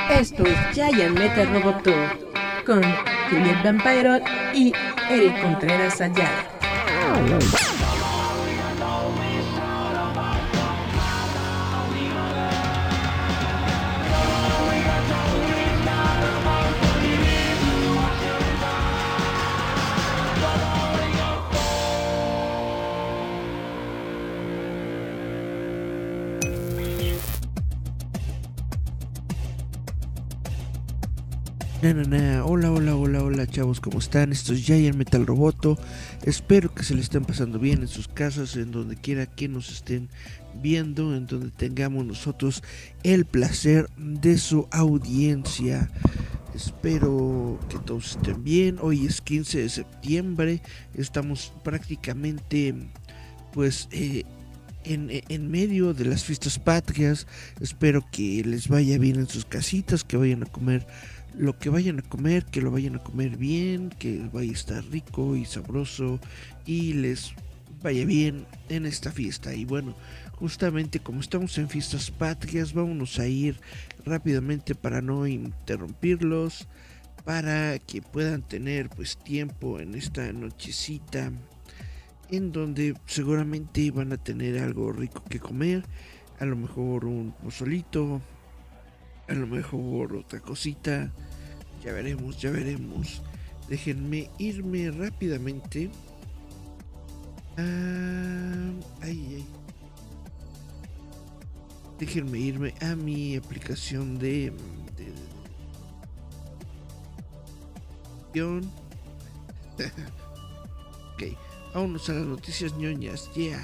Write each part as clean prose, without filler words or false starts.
Esto es Giant Metal Roboto con Juliet Vampiro y Eric Contreras Ayala. Hola chavos, ¿cómo están? Esto es Giant Metal Roboto. Espero que se le estén pasando bien en sus casas, en donde quiera que nos estén viendo, en donde tengamos nosotros el placer de su audiencia. Espero que todos estén bien. Hoy es 15 de septiembre, estamos prácticamente pues en medio de las fiestas patrias. Espero que les vaya bien en sus casitas, que vayan a comer lo que vayan a comer, que lo vayan a comer bien, que vaya a estar rico y sabroso y les vaya bien en esta fiesta. Y bueno, justamente como estamos en fiestas patrias, vámonos a ir rápidamente para no interrumpirlos, para que puedan tener pues tiempo en esta nochecita en donde seguramente van a tener algo rico que comer, a lo mejor un pozolito, a lo mejor otra cosita. Ya veremos. Déjenme irme rápidamente. Déjenme irme a mi aplicación de ok, vámonos a las noticias ñoñas. Yeah.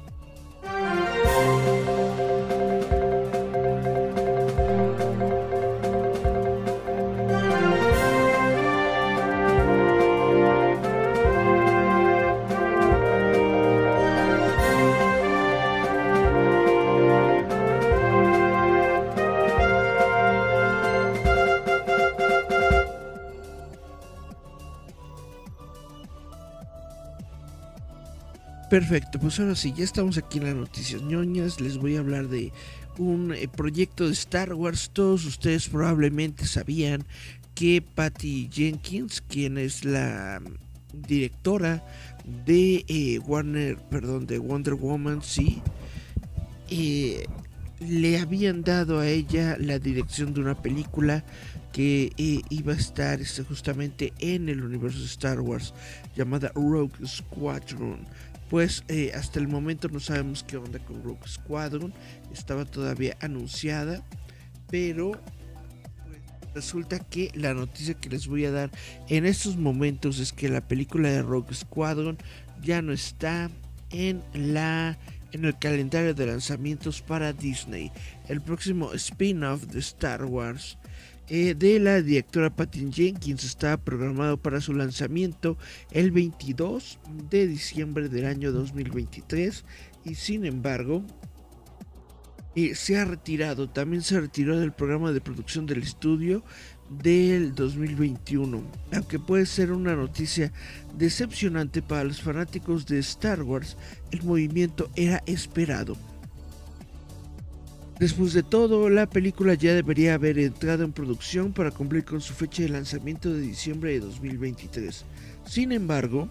Perfecto, pues ahora sí, ya estamos aquí en las noticias ñoñas. Les voy a hablar de un proyecto de Star Wars. Todos ustedes probablemente sabían que Patty Jenkins, quien es la directora de de Wonder Woman, sí, le habían dado a ella la dirección de una película que iba a estar justamente en el universo de Star Wars, llamada Rogue Squadron. Pues hasta el momento no sabemos qué onda con Rogue Squadron. Estaba todavía anunciada, pero pues, resulta que la noticia que les voy a dar en estos momentos es que la película de Rogue Squadron ya no está en el calendario de lanzamientos para Disney. El próximo spin-off de Star Wars de la directora Patty Jenkins está programado para su lanzamiento el 22 de diciembre del año 2023 y sin embargo también se retiró del programa de producción del estudio del 2021, aunque puede ser una noticia decepcionante para los fanáticos de Star Wars. El movimiento era esperado. Después de todo, la película ya debería haber entrado en producción para cumplir con su fecha de lanzamiento de diciembre de 2023. Sin embargo,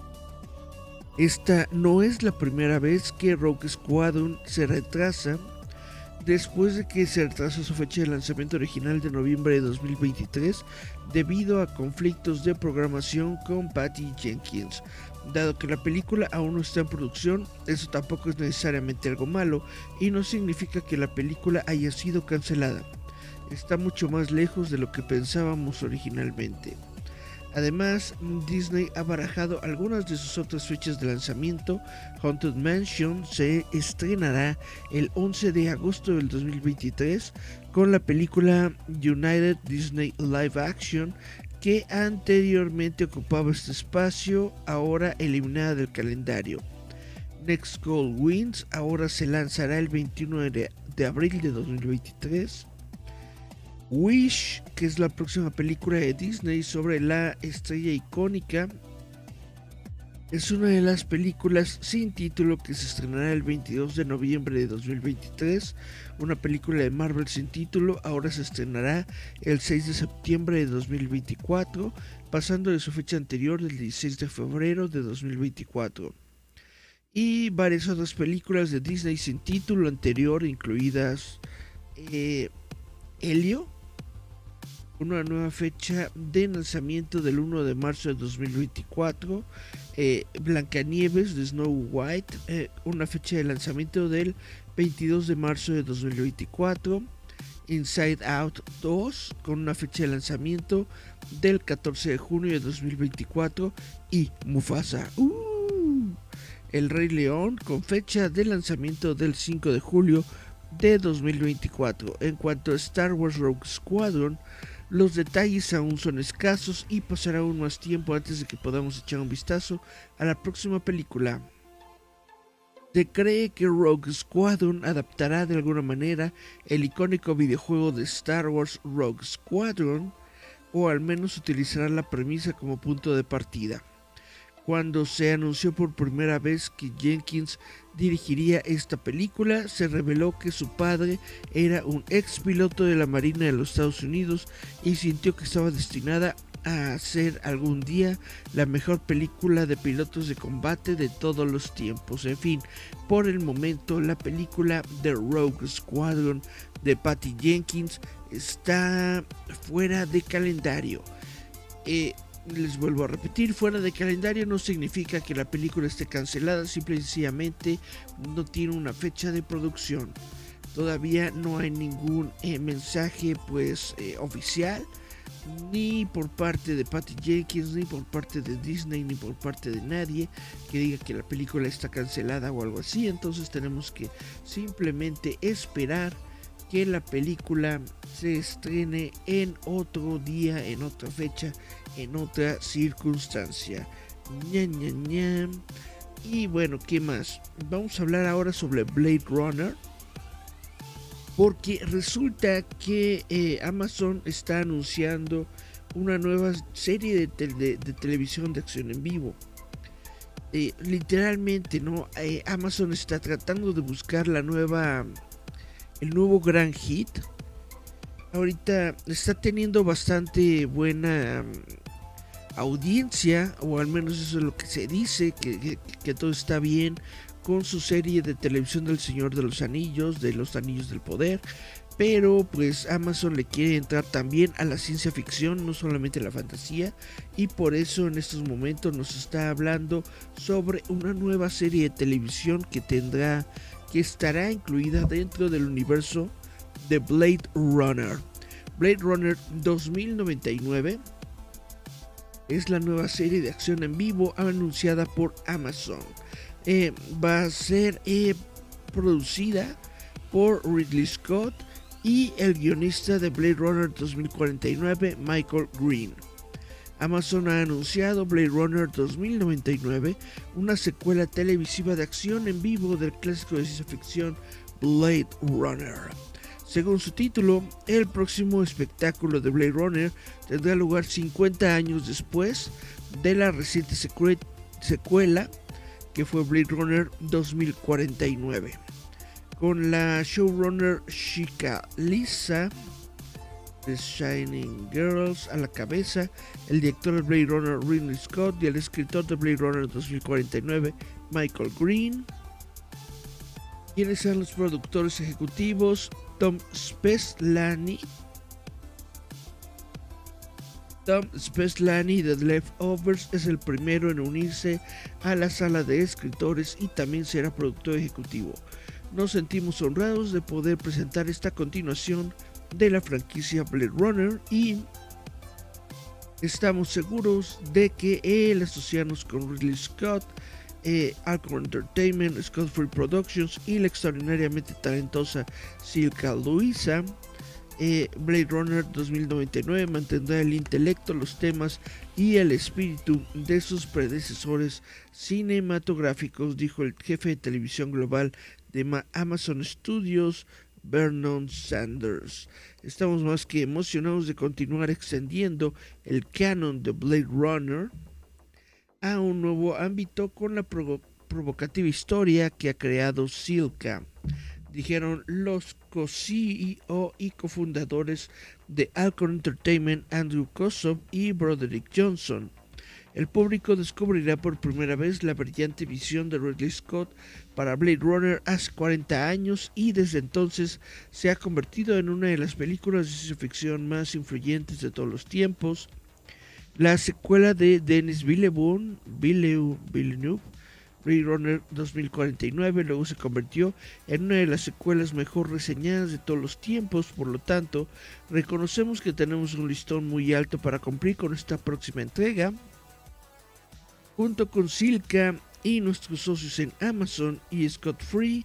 esta no es la primera vez que Rogue Squadron se retrasa. Después de que se retrasó su fecha de lanzamiento original de noviembre de 2023 debido a conflictos de programación con Patty Jenkins. Dado que la película aún no está en producción, eso tampoco es necesariamente algo malo y no significa que la película haya sido cancelada. Está mucho más lejos de lo que pensábamos originalmente. Además, Disney ha barajado algunas de sus otras fechas de lanzamiento. Haunted Mansion se estrenará el 11 de agosto del 2023 con la película United Disney Live Action, que anteriormente ocupaba este espacio, ahora eliminada del calendario. Next Goal Wins ahora se lanzará el 21 de abril de 2023. Wish, que es la próxima película de Disney sobre la estrella icónica, Es una de las películas sin título que se estrenará el 22 de noviembre de 2023. Una película de Marvel sin título ahora se estrenará el 6 de septiembre de 2024, pasando de su fecha anterior del 16 de febrero de 2024. Y varias otras películas de Disney sin título anterior, incluidas Helio, una nueva fecha de lanzamiento del 1 de marzo de 2024, Blancanieves de Snow White, una fecha de lanzamiento del 22 de marzo de 2024, Inside Out 2 con una fecha de lanzamiento del 14 de junio de 2024 y Mufasa, El Rey León con fecha de lanzamiento del 5 de julio de 2024. En cuanto a Star Wars Rogue Squadron, los detalles aún son escasos y pasará aún más tiempo antes de que podamos echar un vistazo a la próxima película. Se cree que Rogue Squadron adaptará de alguna manera el icónico videojuego de Star Wars Rogue Squadron, o al menos utilizará la premisa como punto de partida. Cuando se anunció por primera vez que Jenkins dirigiría esta película, se reveló que su padre era un ex piloto de la Marina de los Estados Unidos y sintió que estaba destinada a ser algún día la mejor película de pilotos de combate de todos los tiempos. En fin, por el momento la película The Rogue Squadron de Patty Jenkins está fuera de calendario. Les vuelvo a repetir, fuera de calendario no significa que la película esté cancelada, simple y sencillamente no tiene una fecha de producción. Todavía no hay ningún mensaje oficial, ni por parte de Patty Jenkins, ni por parte de Disney, ni por parte de nadie que diga que la película está cancelada o algo así. Entonces tenemos que simplemente esperar que la película se estrene en otro día, en otra fecha, en otra circunstancia. Y bueno, ¿qué más? Vamos a hablar ahora sobre Blade Runner, porque resulta que Amazon está anunciando una nueva serie de televisión de acción en vivo. Literalmente, ¿no? Amazon está tratando de buscar el nuevo gran hit. Ahorita está teniendo bastante buena audiencia, o al menos eso es lo que se dice, que todo está bien con su serie de televisión del Señor de los Anillos del Poder. Pero pues Amazon le quiere entrar también a la ciencia ficción, no solamente a la fantasía, y por eso en estos momentos nos está hablando sobre una nueva serie de televisión que estará incluida dentro del universo de Blade Runner. Blade Runner 2099 es la nueva serie de acción en vivo anunciada por Amazon. Va a ser producida por Ridley Scott y el guionista de Blade Runner 2049, Michael Green. Amazon ha anunciado Blade Runner 2099, una secuela televisiva de acción en vivo del clásico de ciencia ficción Blade Runner. Según su título, el próximo espectáculo de Blade Runner tendrá lugar 50 años después de la reciente secuela que fue Blade Runner 2049. Con la showrunner Shika Lisa The Shining Girls a la cabeza, el director de Blade Runner Ridley Scott y el escritor de Blade Runner 2049 Michael Green. ¿Quiénes son los productores ejecutivos? Tom Speslany de The Leftovers es el primero en unirse a la sala de escritores y también será productor ejecutivo. Nos sentimos honrados de poder presentar esta continuación de la franquicia Blade Runner y estamos seguros de que el asociarnos con Ridley Scott, Alcor Entertainment, Scott Free Productions y la extraordinariamente talentosa Silka Luisa, Blade Runner 2099 mantendrá el intelecto, los temas y el espíritu de sus predecesores cinematográficos, dijo el jefe de televisión global de Amazon Studios, Vernon Sanders. Estamos más que emocionados de continuar extendiendo el canon de Blade Runner a un nuevo ámbito con la provocativa historia que ha creado Silka, dijeron los co-CEO y cofundadores de Alcon Entertainment, Andrew Kossoff y Broderick Johnson. El público descubrirá por primera vez la brillante visión de Ridley Scott para Blade Runner hace 40 años y desde entonces se ha convertido en una de las películas de ciencia ficción más influyentes de todos los tiempos. La secuela de Denis Villeneuve, Blade Runner 2049, luego se convirtió en una de las secuelas mejor reseñadas de todos los tiempos, por lo tanto, reconocemos que tenemos un listón muy alto para cumplir con esta próxima entrega. Junto con Silka y nuestros socios en Amazon y Scott Free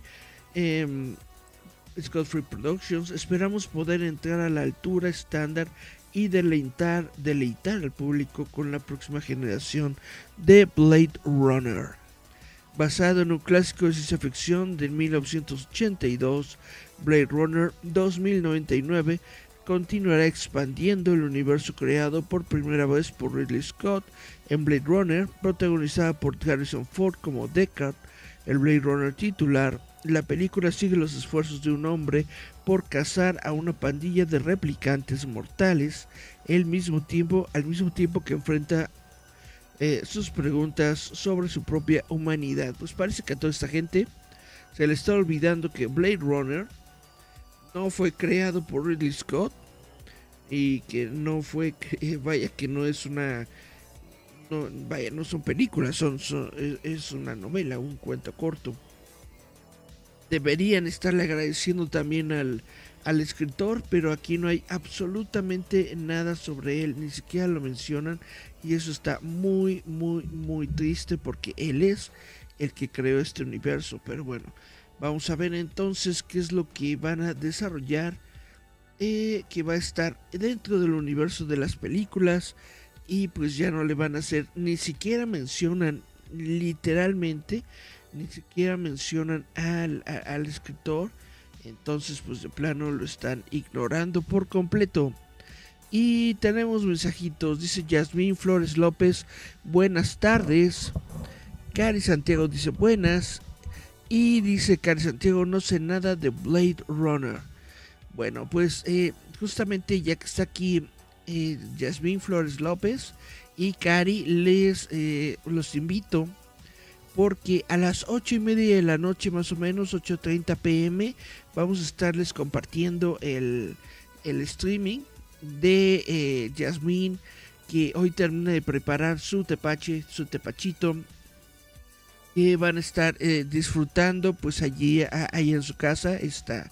Productions, esperamos poder entrar a la altura estándar y deleitar al público con la próxima generación de Blade Runner. Basado en un clásico de ciencia ficción de 1982, Blade Runner 2099 continuará expandiendo el universo creado por primera vez por Ridley Scott en Blade Runner, protagonizada por Harrison Ford como Deckard, el Blade Runner titular. La película sigue los esfuerzos de un hombre por cazar a una pandilla de replicantes mortales, al mismo tiempo que enfrenta sus preguntas sobre su propia humanidad. Pues parece que a toda esta gente se le está olvidando que Blade Runner no fue creado por Ridley Scott y que no fue, que no es una, no son películas, es una novela, un cuento corto. Deberían estarle agradeciendo también al escritor, pero aquí no hay absolutamente nada sobre él, ni siquiera lo mencionan, y eso está muy triste porque él es el que creó este universo. Pero bueno, vamos a ver entonces qué es lo que van a desarrollar, que va a estar dentro del universo de las películas, y pues ya no le van a hacer, ni siquiera mencionan literalmente, ni siquiera mencionan al escritor. Entonces pues de plano lo están ignorando por completo. Y tenemos mensajitos, dice Yasmín Flores López, buenas tardes. Cari Santiago dice buenas. Y dice Cari Santiago, no sé nada de Blade Runner. Bueno, pues justamente ya que está aquí Yasmín Flores López y Cari, los invito, porque a las 8:30 de la noche, más o menos 8:30 pm, vamos a estarles compartiendo el streaming de Yasmín, que hoy termina de preparar su tepachito, que van a estar disfrutando pues allí en su casa esta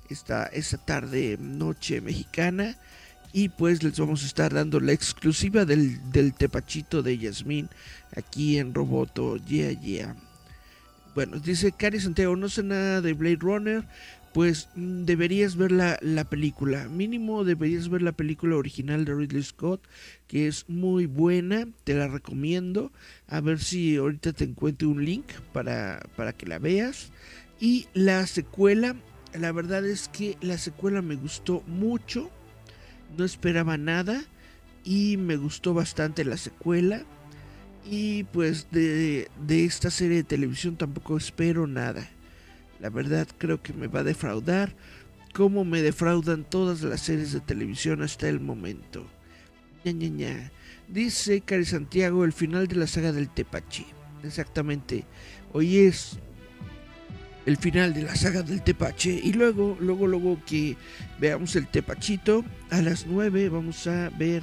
tarde noche mexicana. Y pues les vamos a estar dando la exclusiva del tepachito de Yasmín aquí en Roboto. Yeah. Bueno, dice Cari Santiago, no sé nada de Blade Runner. Pues deberías ver la película. Mínimo deberías ver la película original de Ridley Scott, que es muy buena. Te la recomiendo. A ver si ahorita te encuentro un link para que la veas. Y la secuela, la verdad es que la secuela me gustó mucho. No esperaba nada y me gustó bastante la secuela. Y pues de esta serie de televisión tampoco espero nada. La verdad creo que me va a defraudar, como me defraudan todas las series de televisión hasta el momento. Ña. Dice Cari Santiago, el final de la saga del Tepache. Exactamente, hoy es el final de la saga del Tepache. Y luego que veamos el Tepachito, a las 9 vamos a ver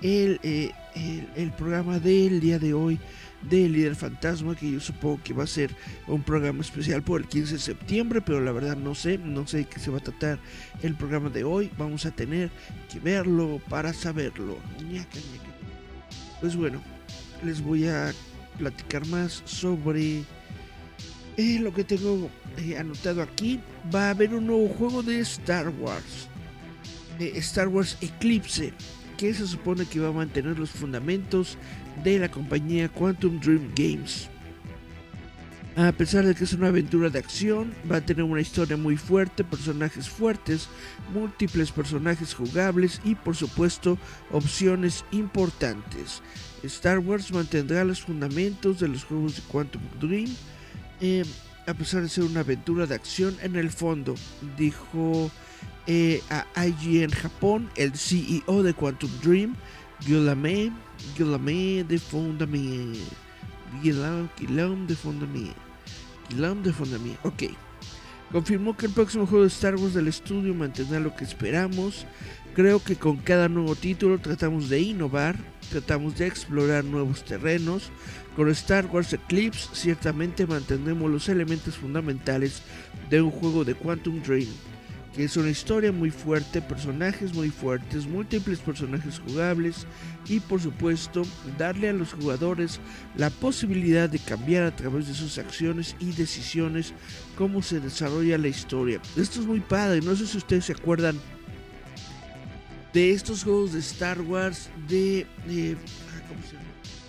el programa del día de hoy de Líder Fantasma, que yo supongo que va a ser un programa especial por el 15 de septiembre, pero la verdad no sé de qué se va a tratar el programa de hoy. Vamos a tener que verlo para saberlo. Pues bueno, les voy a platicar más sobre lo que tengo anotado aquí. Va a haber un nuevo juego de Star Wars, Star Wars Eclipse, que se supone que va a mantener los fundamentos de la compañía Quantum Dream Games. A pesar de que es una aventura de acción, va a tener una historia muy fuerte, personajes fuertes, múltiples personajes jugables y por supuesto opciones importantes. Star Wars mantendrá los fundamentos de los juegos de Quantum Dream, a pesar de ser una aventura de acción en el fondo, dijo a IGN Japón el CEO de Quantum Dream, Guillaume de Fondamie. Guillaume de Fondamie. Ok. Confirmó que el próximo juego de Star Wars del estudio mantendrá lo que esperamos. Creo que con cada nuevo título tratamos de innovar, tratamos de explorar nuevos terrenos. Con Star Wars Eclipse ciertamente mantendremos los elementos fundamentales de un juego de Quantum Dream, que es una historia muy fuerte, personajes muy fuertes, múltiples personajes jugables y por supuesto darle a los jugadores la posibilidad de cambiar a través de sus acciones y decisiones cómo se desarrolla la historia. Esto es muy padre, no sé si ustedes se acuerdan de estos juegos de Star Wars ¿cómo se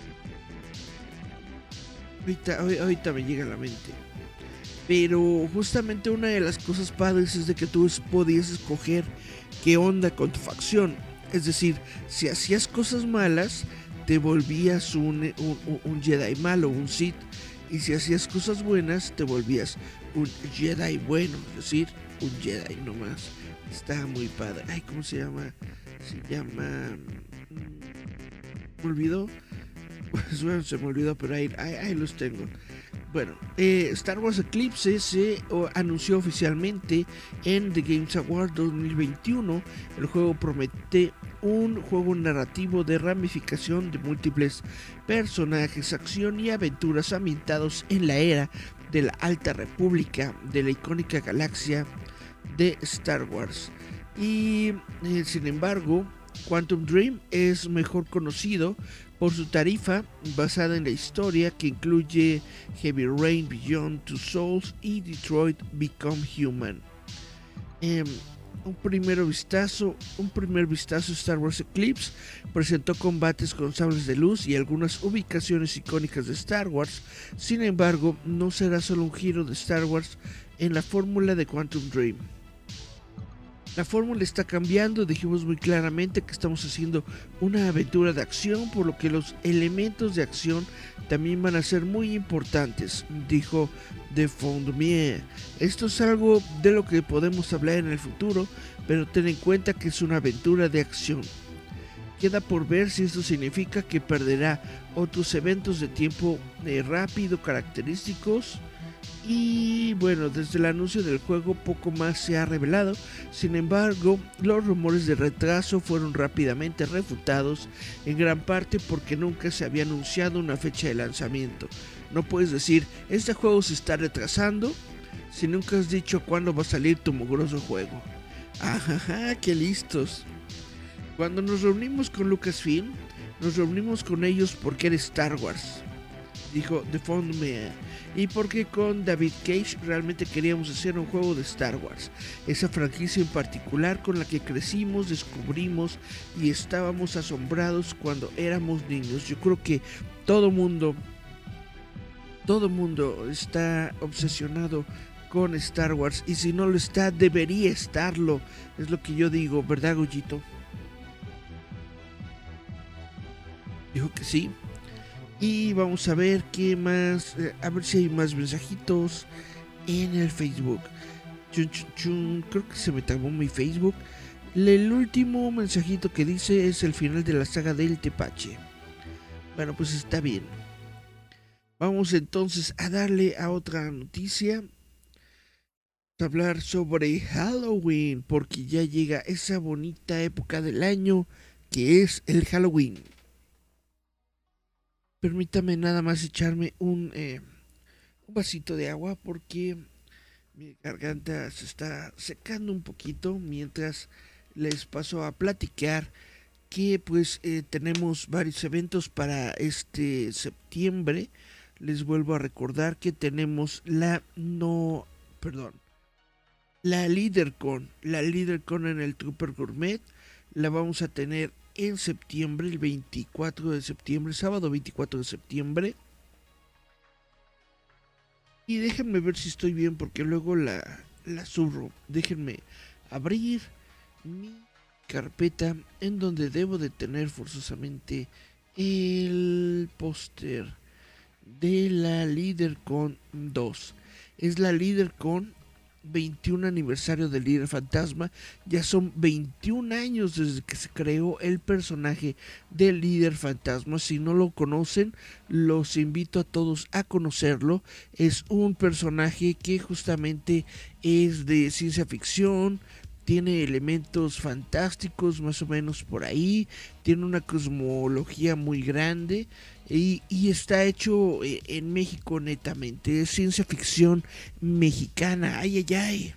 llama? Ahorita me llega a la mente. Pero justamente una de las cosas padres es de que tú podías escoger qué onda con tu facción. Es decir, si hacías cosas malas, te volvías un Jedi malo, un Sith. Y si hacías cosas buenas, te volvías un Jedi bueno. Es decir, un Jedi nomás. Está muy padre. Ay, ¿cómo se llama? ¿Me olvidó? Pues bueno, se me olvidó, pero ahí los tengo. Bueno, Star Wars Eclipse se anunció oficialmente en The Games Award 2021. El juego promete un juego narrativo de ramificación de múltiples personajes, acción y aventuras ambientados en la era de la Alta República, de la icónica galaxia de Star Wars. Y sin embargo, Quantum Dream es mejor conocido por su tarifa basada en la historia, que incluye Heavy Rain, Beyond Two Souls y Detroit Become Human. Un primer vistazo a Star Wars Eclipse presentó combates con sables de luz y algunas ubicaciones icónicas de Star Wars. Sin embargo, no será solo un giro de Star Wars en la fórmula de Quantum Dream. La fórmula está cambiando, dijimos muy claramente que estamos haciendo una aventura de acción, por lo que los elementos de acción también van a ser muy importantes, dijo de Fondamie. Esto es algo de lo que podemos hablar en el futuro, pero ten en cuenta que es una aventura de acción. Queda por ver si esto significa que perderá otros eventos de tiempo rápido característicos. Y bueno, desde el anuncio del juego poco más se ha revelado. Sin embargo, los rumores de retraso fueron rápidamente refutados, en gran parte porque nunca se había anunciado una fecha de lanzamiento. No puedes decir, este juego se está retrasando, si nunca has dicho cuándo va a salir tu mugroso juego. Ajaja, qué listos. Cuando nos reunimos con Lucasfilm, nos reunimos con ellos porque era Star Wars, dijo The Fondamie, y porque con David Cage realmente queríamos hacer un juego de Star Wars, esa franquicia en particular con la que crecimos, descubrimos y estábamos asombrados cuando éramos niños. Yo creo que todo mundo está obsesionado con Star Wars, y si no lo está, debería estarlo, es lo que yo digo, ¿verdad, Goyito? Dijo que sí. Y vamos a ver qué más, a ver si hay más mensajitos en el Facebook. Creo que se me trabó mi Facebook. El último mensajito que dice es el final de la saga del Tepache. Bueno, pues está bien. Vamos entonces a darle a otra noticia. A hablar sobre Halloween, porque ya llega esa bonita época del año que es el Halloween. Permítame nada más echarme un vasito de agua porque mi garganta se está secando un poquito, mientras les paso a platicar que pues tenemos varios eventos para este septiembre. Les vuelvo a recordar que tenemos la LeaderCon en el Trooper Gourmet. La vamos a tener en septiembre, el 24 de septiembre, sábado 24 de septiembre. Y déjenme ver si estoy bien porque luego la zurro. Déjenme abrir mi carpeta en donde debo de tener forzosamente el póster de la LeaderCon 2. Es la LeaderCon 21 aniversario del Líder Fantasma. Ya son 21 años desde que se creó el personaje del Líder Fantasma. Si no lo conocen, los invito a todos a conocerlo. Es un personaje que justamente es de ciencia ficción, tiene elementos fantásticos más o menos por ahí, tiene una cosmología muy grande y está hecho en México netamente, es ciencia ficción mexicana, ay ay ay.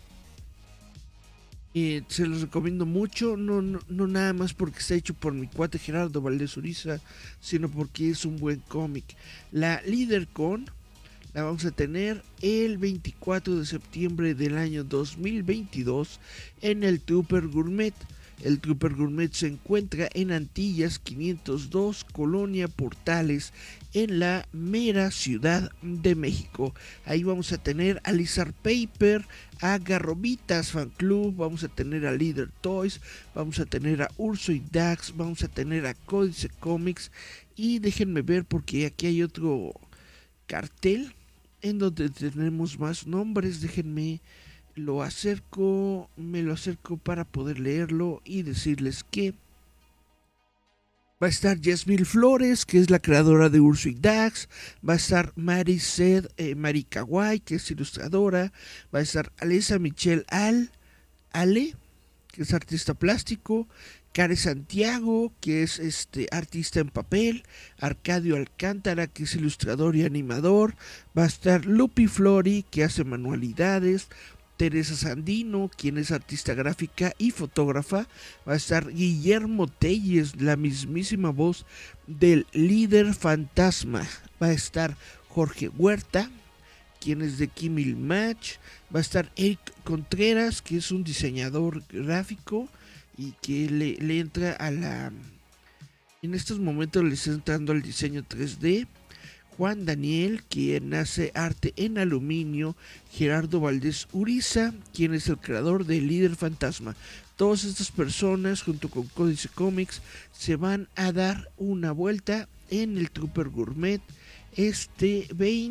Se los recomiendo mucho, no nada más porque está hecho por mi cuate Gerardo Valdés Uriza, sino porque es un buen cómic. La LeaderCon la vamos a tener el 24 de septiembre del año 2022 en el Trooper Gourmet. El Trooper Gourmet se encuentra en Antillas 502, Colonia Portales, en la mera Ciudad de México. Ahí vamos a tener a Lizard Paper, a Garrobitas Fan Club, vamos a tener a Leader Toys, vamos a tener a Urso y Dax, vamos a tener a Códice Comics y déjenme ver porque aquí hay otro cartel en donde tenemos más nombres. Déjenme me lo acerco para poder leerlo y decirles que va a estar Yasmil Flores, que es la creadora de Urso y Dax, va a estar Mari Kawai, que es ilustradora, va a estar Alessa Michelle Ale, que es artista plástico, Care Santiago, que es artista en papel, Arcadio Alcántara, que es ilustrador y animador, va a estar Lupi Flori, que hace manualidades, Teresa Sandino, quien es artista gráfica y fotógrafa, va a estar Guillermo Telles, la mismísima voz del Líder Fantasma, va a estar Jorge Huerta, quien es de Kimil Match, va a estar Eric Contreras, que es un diseñador gráfico y que le entra a la... En estos momentos le está entrando al diseño 3D. Juan Daniel, quien hace arte en aluminio. Gerardo Valdés Uriza, quien es el creador de Líder Fantasma. Todas estas personas, junto con Códice Comics, se van a dar una vuelta en el Trooper Gourmet este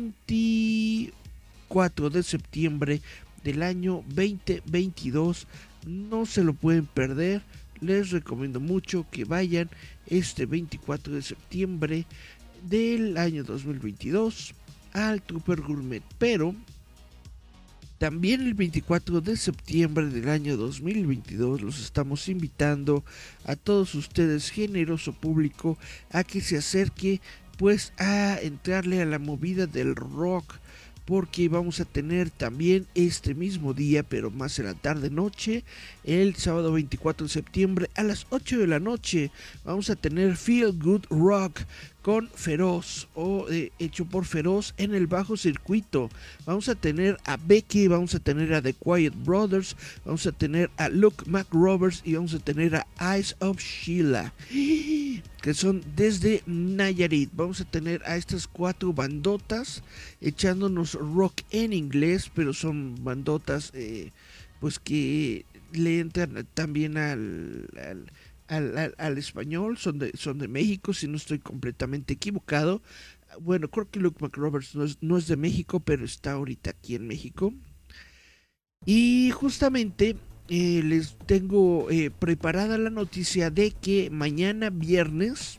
24 de septiembre del año 2022. No se lo pueden perder, les recomiendo mucho que vayan este 24 de septiembre del año 2022 al Trooper Gourmet. Pero también el 24 de septiembre del año 2022 los estamos invitando a todos ustedes, generoso público, a que se acerque pues a entrarle a la movida del rock, porque vamos a tener también este mismo día, pero más en la tarde noche, el sábado 24 de septiembre a las 8 de la noche, vamos a tener Feel Good Rock con Feroz, hecho por Feroz en el bajo circuito. Vamos a tener a Becky, vamos a tener a The Quiet Brothers, vamos a tener a Luke McRoberts y vamos a tener a Eyes of Sheila, que son desde Nayarit. Vamos a tener a estas 4 bandotas echándonos rock en inglés, pero son bandotas pues que le entran también al español, son de México, si no estoy completamente equivocado. Bueno, creo que Luke McRoberts no es de México, pero está ahorita aquí en México. Y justamente les tengo preparada la noticia de que mañana viernes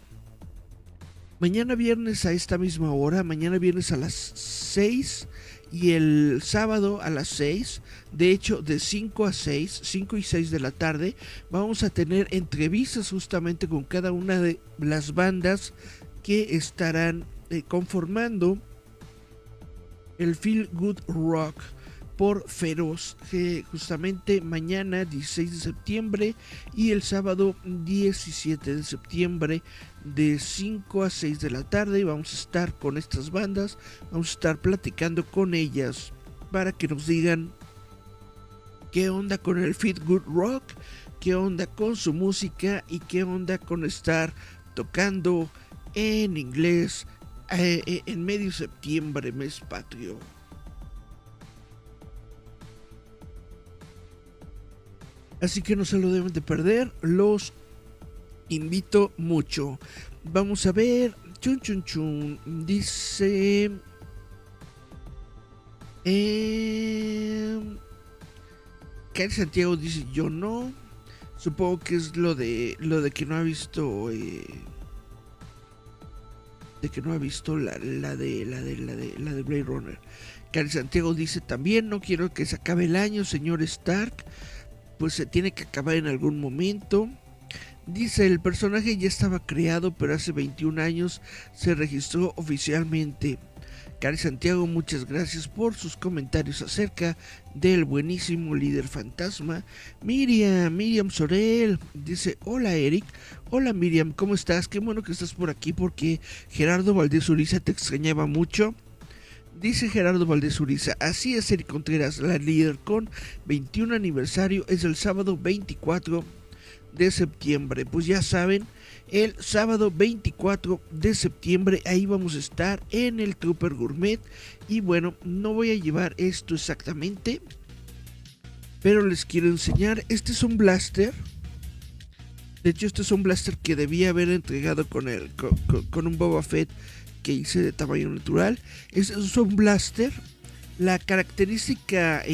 a esta misma hora, mañana viernes a las 6 y el sábado a las 6, de hecho de 5 a 6, 5 y 6 de la tarde, vamos a tener entrevistas justamente con cada una de las bandas que estarán conformando el Feel Good Rock por Feroz, que justamente mañana 16 de septiembre y el sábado 17 de septiembre de 5 a 6 de la tarde vamos a estar con estas bandas, vamos a estar platicando con ellas para que nos digan qué onda con el Feel Good Rock, qué onda con su música y qué onda con estar tocando en inglés en medio septiembre, mes patrio. Así que no se lo deben de perder, los invito mucho. Vamos a ver, chun chun chun, dice... Karen Santiago dice yo no. Supongo que es lo de que no ha visto de que no ha visto la de Blade Runner. Karen Santiago dice también no quiero que se acabe el año, señor Stark. Pues se tiene que acabar en algún momento. Dice el personaje ya estaba creado, pero hace 21 años se registró oficialmente. Cari Santiago, muchas gracias por sus comentarios acerca del buenísimo líder fantasma. Miriam Sorel dice, hola Eric, hola Miriam, ¿cómo estás? Qué bueno que estás por aquí porque Gerardo Valdés Uriza te extrañaba mucho. Dice Gerardo Valdés Uriza, así es Eric Contreras, la líder con 21 aniversario es el sábado 24 de septiembre. Pues ya saben, el sábado 24 de septiembre ahí vamos a estar en el Trooper Gourmet. Y bueno, no voy a llevar esto exactamente, pero les quiero enseñar. Este es un blaster. De hecho, este es un blaster que debía haber entregado con un Boba Fett que hice de tamaño natural. Es un blaster. La característica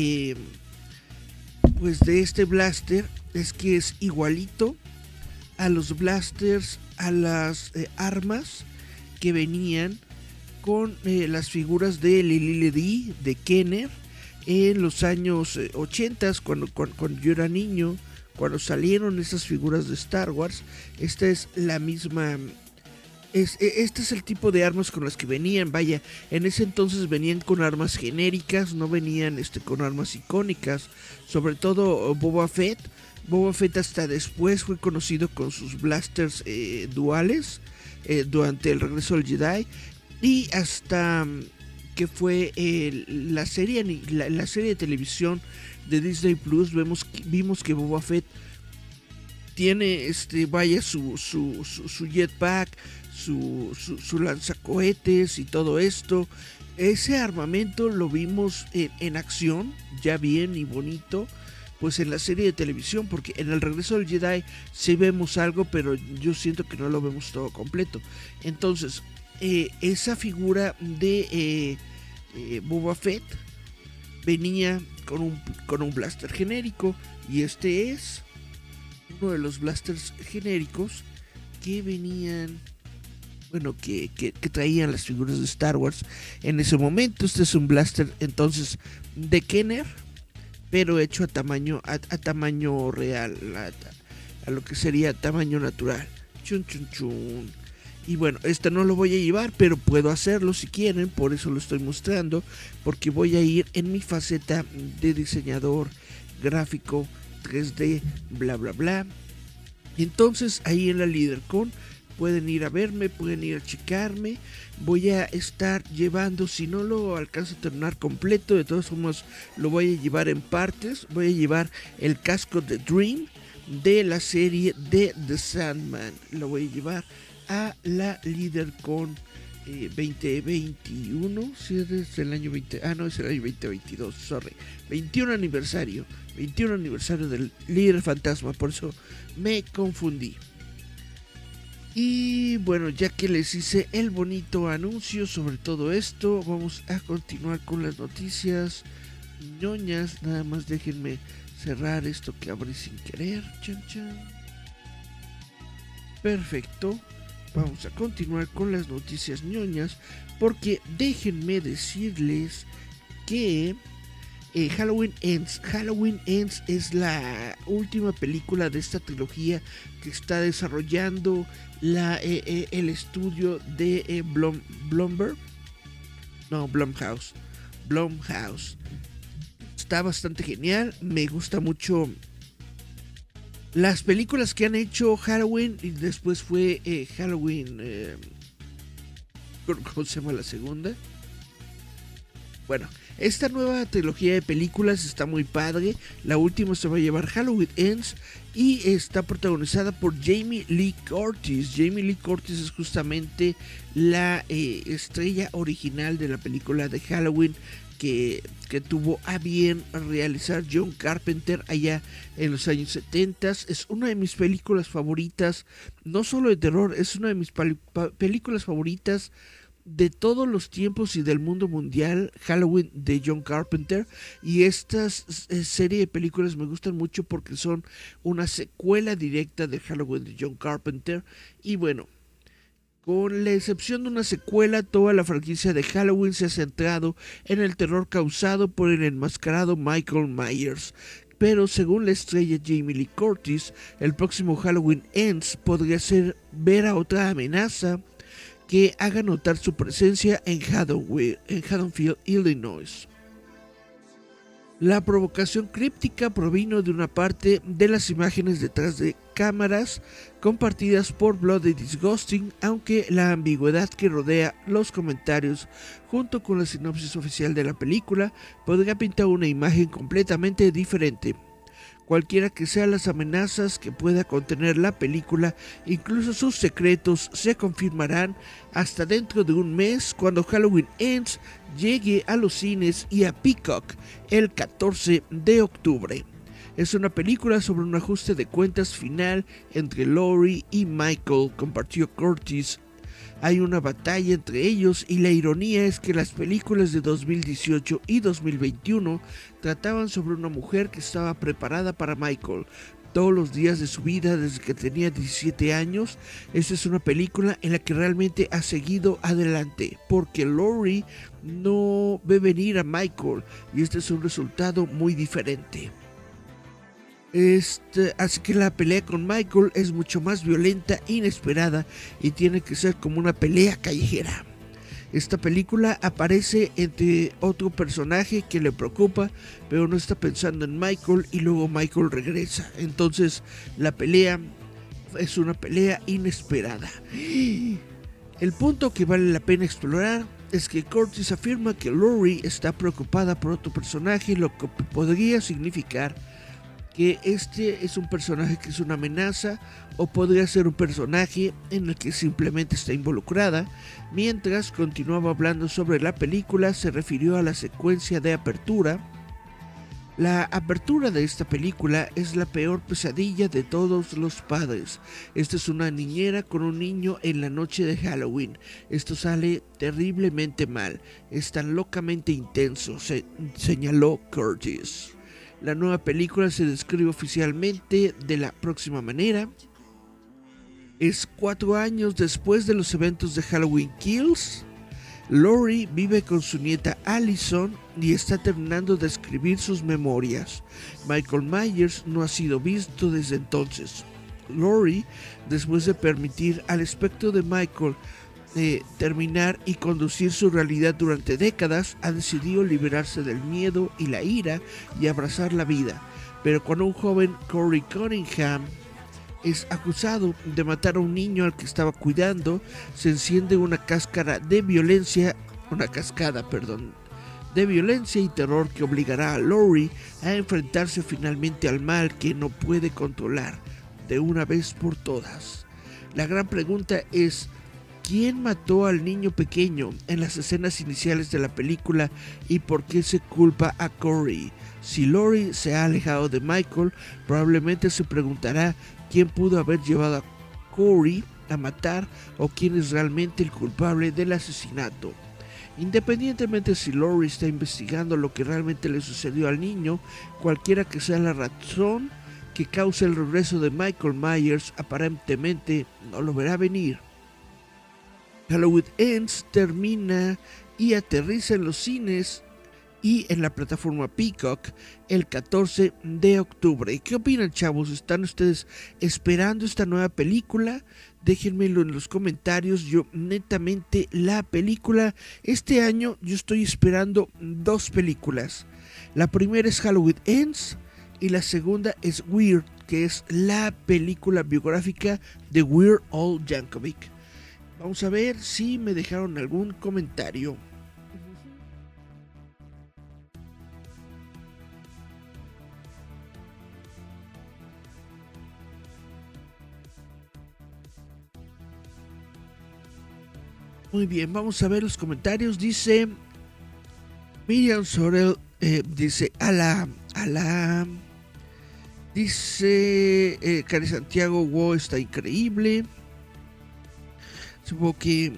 pues de este blaster es que es igualito a los blasters, a las armas que venían con las figuras de Lili Ledi, de Kenner, en los años 80, cuando yo era niño, cuando salieron esas figuras de Star Wars. Esta es la misma... Este es el tipo de armas con las que venían. Vaya, en ese entonces venían con armas genéricas, no venían con armas icónicas. Sobre todo Boba Fett. Boba Fett hasta después fue conocido con sus blasters duales durante el regreso del Jedi. Y hasta que fue la serie de televisión de Disney Plus, vimos que Boba Fett tiene vaya su jetpack, su lanzacohetes y todo esto. Ese armamento lo vimos en acción, ya bien y bonito, pues en la serie de televisión, porque en el regreso del Jedi sí vemos algo, pero yo siento que no lo vemos todo completo. Entonces, esa figura de Boba Fett venía con un blaster genérico, y este es uno de los blasters genéricos que venían, bueno, que traían las figuras de Star Wars en ese momento. Este es un blaster entonces de Kenner, pero hecho a tamaño real, a lo que sería tamaño natural. Chun chun chun. Y bueno, este no lo voy a llevar, pero puedo hacerlo si quieren, por eso lo estoy mostrando, porque voy a ir en mi faceta de diseñador gráfico 3D, bla bla bla. Entonces ahí en la LeaderCon pueden ir a verme, pueden ir a checarme. Voy a estar llevando, si no lo alcanzo a terminar completo, de todas formas lo voy a llevar en partes. Voy a llevar el casco de Dream de la serie de The Sandman, lo voy a llevar a la LeaderCon 2021, si es el año 20, no, es el año 2022, 21 aniversario del líder fantasma, por eso me confundí. Y bueno, ya que les hice el bonito anuncio sobre todo esto, vamos a continuar con las noticias ñoñas. Nada más déjenme cerrar esto que abrí sin querer. Chan, chan. Perfecto. Vamos a continuar con las noticias ñoñas, porque déjenme decirles que Halloween Ends es la última película de esta trilogía que está desarrollando el estudio de Blumhouse. Está bastante genial, me gusta mucho las películas que han hecho Halloween, y después fue Halloween, ¿cómo se llama la segunda? Bueno, esta nueva trilogía de películas está muy padre. La última se va a llamar Halloween Ends y está protagonizada por Jamie Lee Curtis. Jamie Lee Curtis es justamente la estrella original de la película de Halloween que tuvo a bien realizar John Carpenter allá en los años 70. Es una de mis películas favoritas, no solo de terror, es una de mis películas favoritas de todos los tiempos y del mundo mundial, Halloween de John Carpenter. Y esta serie de películas me gustan mucho porque son una secuela directa de Halloween de John Carpenter. Y bueno, con la excepción de una secuela, toda la franquicia de Halloween se ha centrado en el terror causado por el enmascarado Michael Myers. Pero según la estrella Jamie Lee Curtis, el próximo Halloween Ends podría ser ver a otra amenaza que haga notar su presencia en Haddonfield, Illinois. La provocación críptica provino de una parte de las imágenes detrás de cámaras compartidas por Bloody Disgusting, aunque la ambigüedad que rodea los comentarios junto con la sinopsis oficial de la película podría pintar una imagen completamente diferente. Cualquiera que sean las amenazas que pueda contener la película, incluso sus secretos, se confirmarán hasta dentro de un mes, cuando Halloween Ends llegue a los cines y a Peacock el 14 de octubre. Es una película sobre un ajuste de cuentas final entre Laurie y Michael, compartió Curtis. Hay una batalla entre ellos y la ironía es que las películas de 2018 y 2021 trataban sobre una mujer que estaba preparada para Michael todos los días de su vida desde que tenía 17 años. Esta es una película en la que realmente ha seguido adelante porque Laurie no ve venir a Michael y este es un resultado muy diferente. Así que la pelea con Michael es mucho más violenta, inesperada y tiene que ser como una pelea callejera. Esta película aparece entre otro personaje que le preocupa, pero no está pensando en Michael y luego Michael regresa. Entonces la pelea es una pelea inesperada. El punto que vale la pena explorar es que Curtis afirma que Laurie está preocupada por otro personaje, lo que podría significar que este es un personaje que es una amenaza o podría ser un personaje en el que simplemente está involucrada. Mientras continuaba hablando sobre la película, se refirió a la secuencia de apertura. La apertura de esta película es la peor pesadilla de todos los padres. Esta es una niñera con un niño en la noche de Halloween. Esto sale terriblemente mal, es tan locamente intenso, señaló Curtis. La nueva película se describe oficialmente de la próxima manera. Es 4 años después de los eventos de Halloween Kills. Laurie vive con su nieta Allison y está terminando de escribir sus memorias. Michael Myers no ha sido visto desde entonces. Laurie, después de permitir al espectro de Michael terminar y conducir su realidad durante décadas, ha decidido liberarse del miedo y la ira y abrazar la vida. Pero cuando un joven, Corey Cunningham, es acusado de matar a un niño al que estaba cuidando, se enciende una cascada de violencia y terror que obligará a Laurie a enfrentarse finalmente al mal que no puede controlar de una vez por todas. La gran pregunta es: ¿quién mató al niño pequeño en las escenas iniciales de la película y por qué se culpa a Corey? Si Laurie se ha alejado de Michael, probablemente se preguntará quién pudo haber llevado a Corey a matar o quién es realmente el culpable del asesinato. Independientemente si Laurie está investigando lo que realmente le sucedió al niño, cualquiera que sea la razón que cause el regreso de Michael Myers, aparentemente no lo verá venir. Halloween Ends termina y aterriza en los cines y en la plataforma Peacock el 14 de octubre. ¿Qué opinan, chavos? ¿Están ustedes esperando esta nueva película? Déjenmelo en los comentarios. Yo netamente la película, este año yo estoy esperando 2 películas. La primera es Halloween Ends y la segunda es Weird, que es la película biográfica de Weird Al Yankovic. Vamos a ver si me dejaron algún comentario. Muy bien, vamos a ver los comentarios. Dice Miriam Sorel dice dice Cari Santiago, wow, está increíble. Supongo que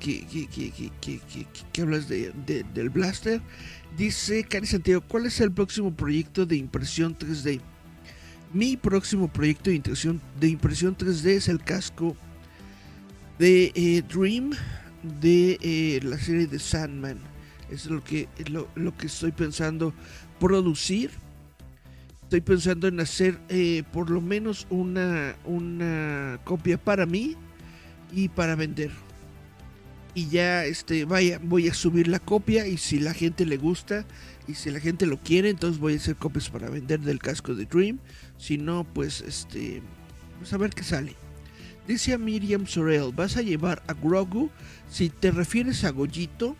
hablas del Blaster. Dice Cari Santiago, ¿cuál es el próximo proyecto de impresión 3D? Mi próximo proyecto de impresión 3D es el casco de Dream de la serie de Sandman. Es lo que estoy pensando producir. Estoy pensando en hacer por lo menos una copia para mí y para vender. Y ya voy a subir la copia, y si la gente le gusta y si la gente lo quiere, entonces voy a hacer copias para vender del casco de Dream. Si no, pues a ver qué sale. Dice a Miriam Sorel, ¿vas a llevar a Grogu? Si te refieres a Goyito,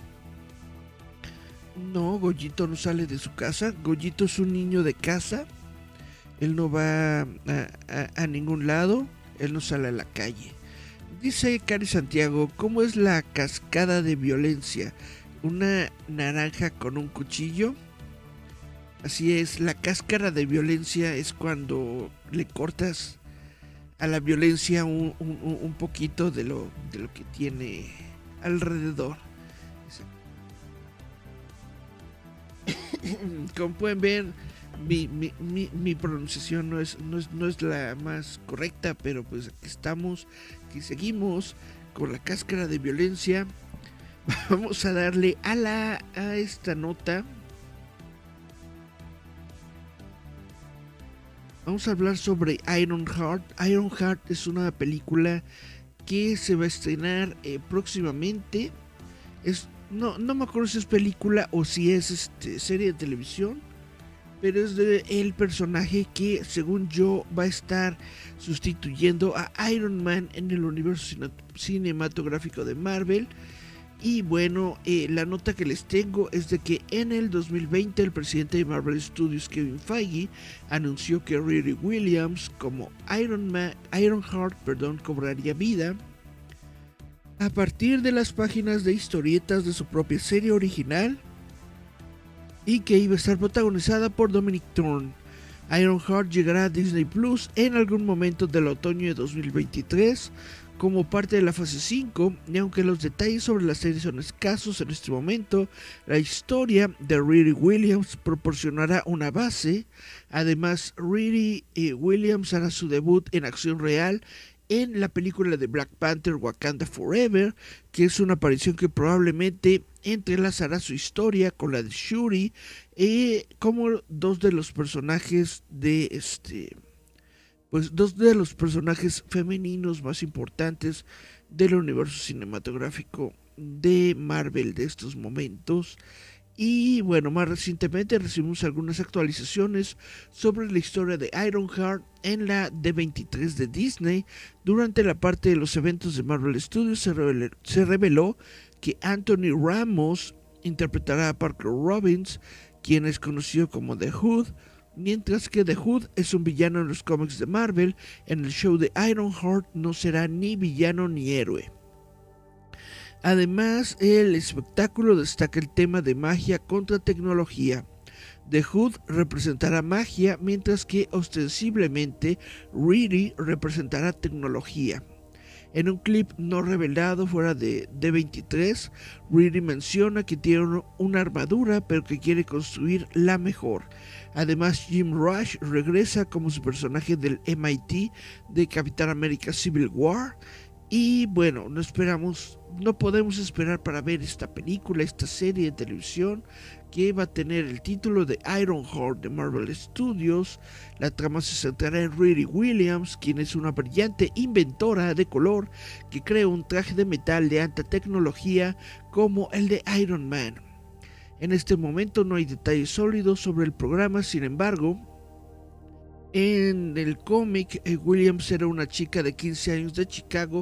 no, Goyito no sale de su casa. Goyito es un niño de casa. Él no va a ningún lado. Él no sale a la calle. Dice Cari Santiago, ¿cómo es la cascada de violencia? ¿Una naranja con un cuchillo? Así es, la cáscara de violencia es cuando le cortas a la violencia un poquito de lo que tiene alrededor. Como pueden ver, mi pronunciación no es la más correcta, pero pues aquí estamos, aquí seguimos con la cáscara de violencia. Vamos a darle a esta nota. Vamos a hablar sobre Ironheart. Ironheart es una película que se va a estrenar próximamente. No me acuerdo si es película o si es serie de televisión, pero es de el personaje que, según yo, va a estar sustituyendo a Iron Man en el universo cinematográfico de Marvel. Y bueno, la nota que les tengo es de que en el 2020 el presidente de Marvel Studios, Kevin Feige, anunció que Riri Williams como Ironheart, cobraría vida a partir de las páginas de historietas de su propia serie original, y que iba a estar protagonizada por Dominic Thorne. Ironheart llegará a Disney Plus en algún momento del otoño de 2023 como parte de la fase 5, y aunque los detalles sobre la serie son escasos en este momento, la historia de Riri Williams proporcionará una base. Además, Riri Williams hará su debut en acción real en la película de Black Panther Wakanda Forever, que es una aparición que probablemente entrelazará su historia con la de Shuri, como dos de los personajes dos de los personajes femeninos más importantes del universo cinematográfico de Marvel de estos momentos. Y bueno, más recientemente recibimos algunas actualizaciones sobre la historia de Ironheart en la D23 de Disney. Durante la parte de los eventos de Marvel Studios se reveló que Anthony Ramos interpretará a Parker Robbins, quien es conocido como The Hood, mientras que The Hood es un villano en los cómics de Marvel. En el show de Ironheart no será ni villano ni héroe. Además, el espectáculo destaca el tema de magia contra tecnología. The Hood representará magia, mientras que ostensiblemente Riri representará tecnología. En un clip no revelado fuera de D23, Riri menciona que tiene una armadura, pero que quiere construir la mejor. Además, Jim Rush regresa como su personaje del MIT de Capitán América Civil War. Y bueno, no podemos esperar para ver esta película, esta serie de televisión que va a tener el título de Ironheart de Marvel Studios. La trama se centrará en Riri Williams, quien es una brillante inventora de color que crea un traje de metal de alta tecnología como el de Iron Man. En este momento no hay detalles sólidos sobre el programa, sin embargo, en el cómic, Williams era una chica de 15 años de Chicago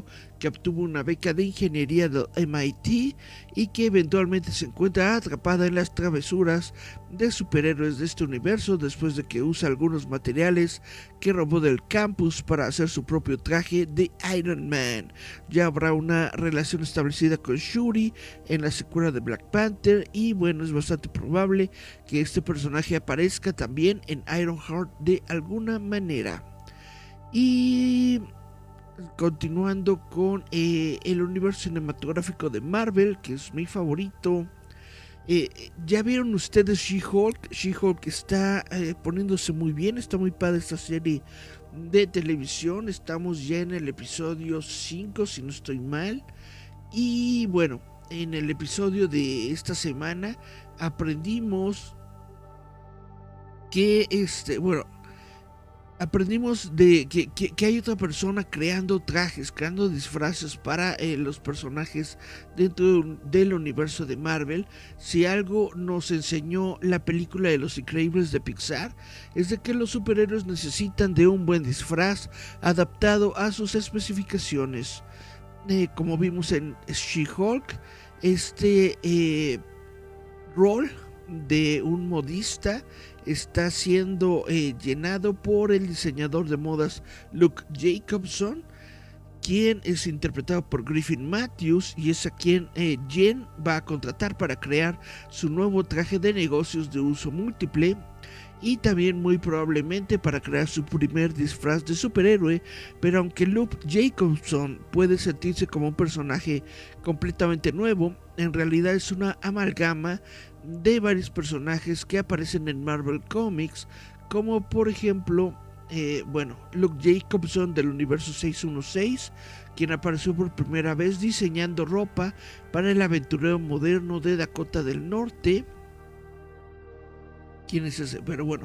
que obtuvo una beca de ingeniería del MIT y que eventualmente se encuentra atrapada en las travesuras de superhéroes de este universo después de que usa algunos materiales que robó del campus para hacer su propio traje de Iron Man. Ya habrá una relación establecida con Shuri en la secuela de Black Panther y bueno, es bastante probable que este personaje aparezca también en Ironheart de alguna manera. Y continuando con el universo cinematográfico de Marvel, que es mi favorito. ¿Ya vieron ustedes She-Hulk? She-Hulk está poniéndose muy bien, está muy padre esta serie de televisión. Estamos ya en el episodio 5, si no estoy mal. Y bueno, en el episodio de esta semana aprendimos que aprendimos de que hay otra persona creando trajes, creando disfraces para los personajes dentro del universo de Marvel. Si algo nos enseñó la película de Los Increíbles de Pixar, es de que los superhéroes necesitan de un buen disfraz adaptado a sus especificaciones. Como vimos en She-Hulk, rol de un modista está siendo llenado por el diseñador de modas Luke Jacobson, quien es interpretado por Griffin Matthews y es a quien Jen va a contratar para crear su nuevo traje de negocios de uso múltiple y también muy probablemente para crear su primer disfraz de superhéroe. Pero aunque Luke Jacobson puede sentirse como un personaje completamente nuevo, en realidad es una amalgama de varios personajes que aparecen en Marvel Comics, como por ejemplo Luke Jacobson del universo 616, quien apareció por primera vez diseñando ropa para el aventurero moderno de Dakota del Norte. ¿Quién es ese? Pero bueno,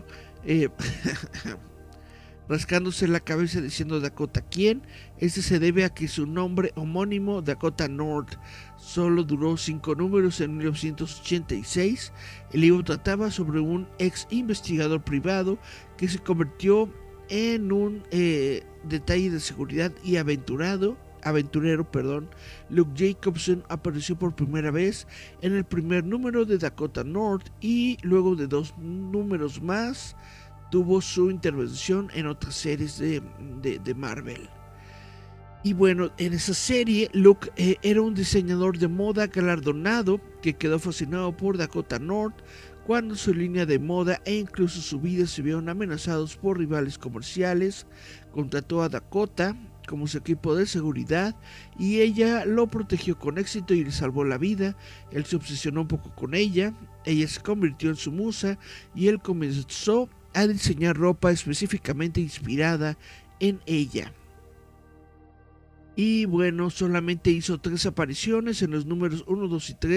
rascándose la cabeza diciendo Dakota quién. Ese se debe a que su nombre homónimo, Dakota North, solo duró 5 números en 1986. El libro trataba sobre un ex investigador privado que se convirtió en un detalle de seguridad y aventurero. Luke Jacobson apareció por primera vez en el primer número de Dakota North y luego de 2 números más tuvo su intervención en otras series de Marvel. Y bueno, en esa serie Luke era un diseñador de moda galardonado que quedó fascinado por Dakota North cuando su línea de moda e incluso su vida se vieron amenazados por rivales comerciales. Contrató a Dakota como su equipo de seguridad y ella lo protegió con éxito y le salvó la vida. Él se obsesionó un poco con ella se convirtió en su musa y él comenzó a diseñar ropa específicamente inspirada en ella. Y bueno, solamente hizo 3 apariciones en los números 1,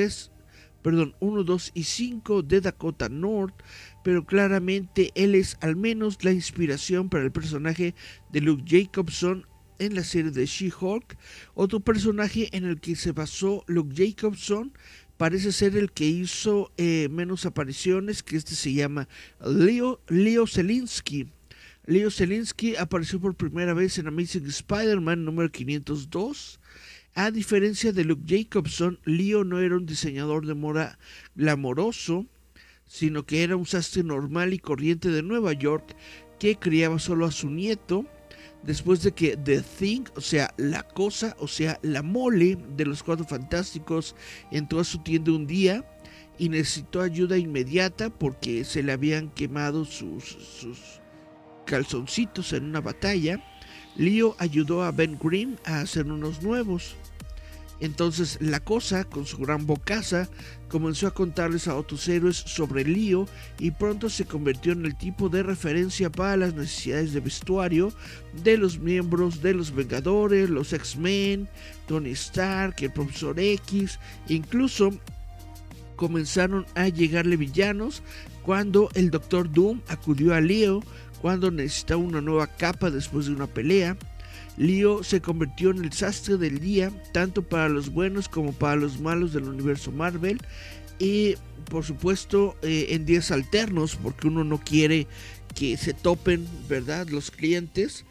2 y 5 de Dakota North, pero claramente él es al menos la inspiración para el personaje de Luke Jacobson en la serie de She-Hulk. Otro personaje en el que se basó Luke Jacobson parece ser el que hizo menos apariciones, que se llama Leo Zelinsky. Leo Zelinsky apareció por primera vez en Amazing Spider-Man número 502. A diferencia de Luke Jacobson, Leo no era un diseñador de moda glamoroso, sino que era un sastre normal y corriente de Nueva York que criaba solo a su nieto. Después de que The Thing, o sea, la cosa, o sea, la mole de los Cuatro Fantásticos entró a su tienda un día y necesitó ayuda inmediata porque se le habían quemado sus calzoncitos en una batalla, Leo ayudó a Ben Grimm a hacer unos nuevos. Entonces la cosa, con su gran bocaza, comenzó a contarles a otros héroes sobre Leo y pronto se convirtió en el tipo de referencia para las necesidades de vestuario de los miembros de los Vengadores, los X-Men, Tony Stark, el Profesor X. Incluso comenzaron a llegarle villanos cuando el Doctor Doom acudió a Leo cuando necesitaba una nueva capa después de una pelea. Leo se convirtió en el sastre del día, tanto para los buenos como para los malos del universo Marvel, y por supuesto en días alternos, porque uno no quiere que se topen, ¿verdad?, los clientes.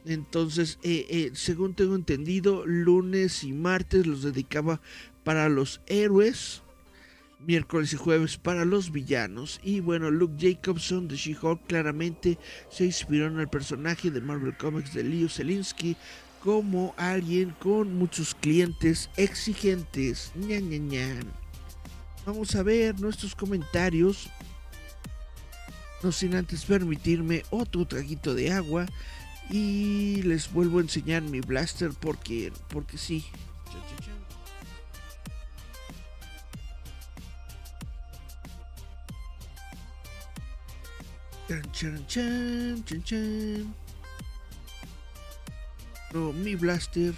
Entonces, según tengo entendido, lunes y martes los dedicaba para los héroes, miércoles y jueves para los villanos. Y bueno, Luke Jacobson de She-Hulk claramente se inspiró en el personaje de Marvel Comics de Leo Zelinsky como alguien con muchos clientes exigentes. Ñan, ñan, ñan. Vamos a ver nuestros comentarios, no sin antes permitirme otro traguito de agua. Y les vuelvo a enseñar mi blaster porque sí. Chan, chan, chan, chan, chan. No, mi blaster.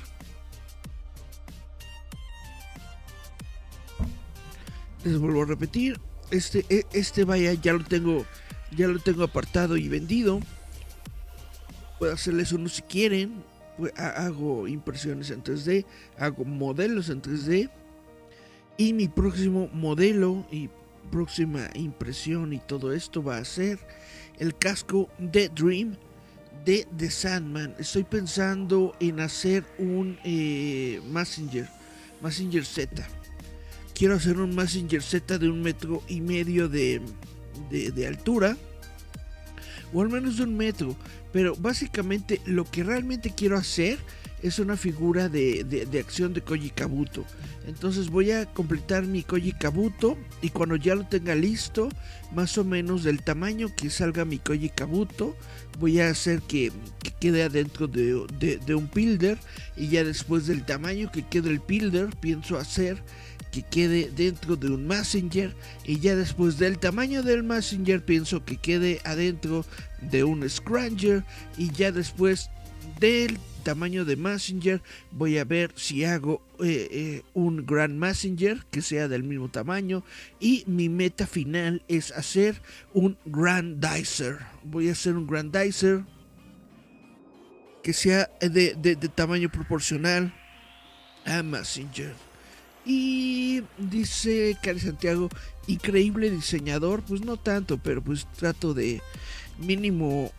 Les vuelvo a repetir. Vaya, ya lo tengo apartado y vendido. Puedo hacerles uno si quieren. Hago impresiones en 3D, hago modelos en 3D. Y mi próximo modelo y próxima impresión y todo esto va a ser el casco de Dream de The Sandman. Estoy pensando en hacer un Messenger Z. Quiero hacer un Messenger Z de 1,5 metros de altura, o al menos de 1 metro. Pero básicamente lo que realmente quiero hacer es una figura de acción de Koji Kabuto. Entonces voy a completar mi Koji Kabuto, y cuando ya lo tenga listo, más o menos del tamaño que salga mi Koji Kabuto, voy a hacer que quede adentro de un pilder. Y ya después del tamaño que quede el pilder, pienso hacer que quede dentro de un Messenger. Y ya después del tamaño del Messenger, pienso que quede adentro de un Scranger. Y ya después del tamaño de Messenger, voy a ver si hago un Grand Messenger que sea del mismo tamaño. Y mi meta final es hacer un Grandizer. Voy a hacer un Grandizer que sea de tamaño proporcional a Messenger. Y dice Cari Santiago, increíble diseñador. Pues no tanto, pero pues trato de mínimo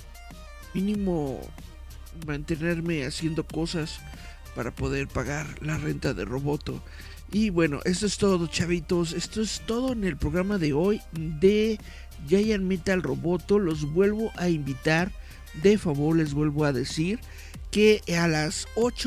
mantenerme haciendo cosas para poder pagar la renta de Roboto. Y bueno, esto es todo, chavitos. Esto es todo en el programa de hoy de Giant Metal Roboto. Los vuelvo a invitar, de favor les vuelvo a decir que a las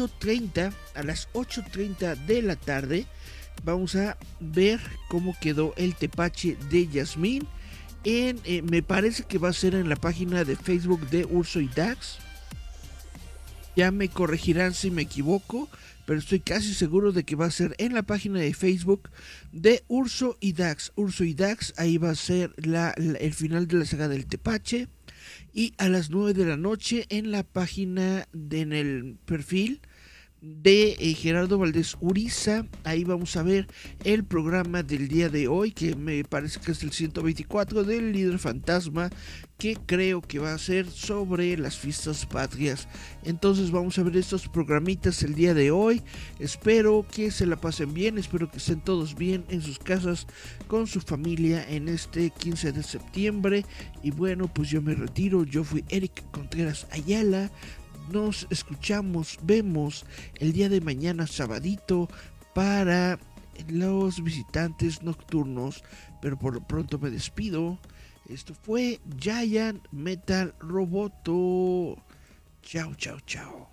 8:30 de la tarde vamos a ver cómo quedó el tepache de Yasmín. Me parece que va a ser en la página de Facebook de Urso y Dax. Ya me corregirán si me equivoco, pero estoy casi seguro de que va a ser en la página de Facebook de Urso y Dax. Urso y Dax, ahí va a ser el final de la saga del tepache. Y a las 9 de la noche en la página, en el perfil de Gerardo Valdés Uriza, ahí vamos a ver el programa del día de hoy, que me parece que es el 124 del líder fantasma, que creo que va a ser sobre las fiestas patrias. Entonces vamos a ver estos programitas el día de hoy. Espero que se la pasen bien, espero que estén todos bien en sus casas con su familia en este 15 de septiembre. Y bueno, pues yo me retiro. Yo fui Eric Contreras Ayala. Nos escuchamos, vemos el día de mañana, sabadito, para los visitantes nocturnos. Pero por lo pronto me despido. Esto fue Giant Metal Roboto. Chao, chao, chao.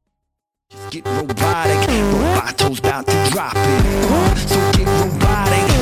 Get robotic, Roboto's about to drop it. So get robotic.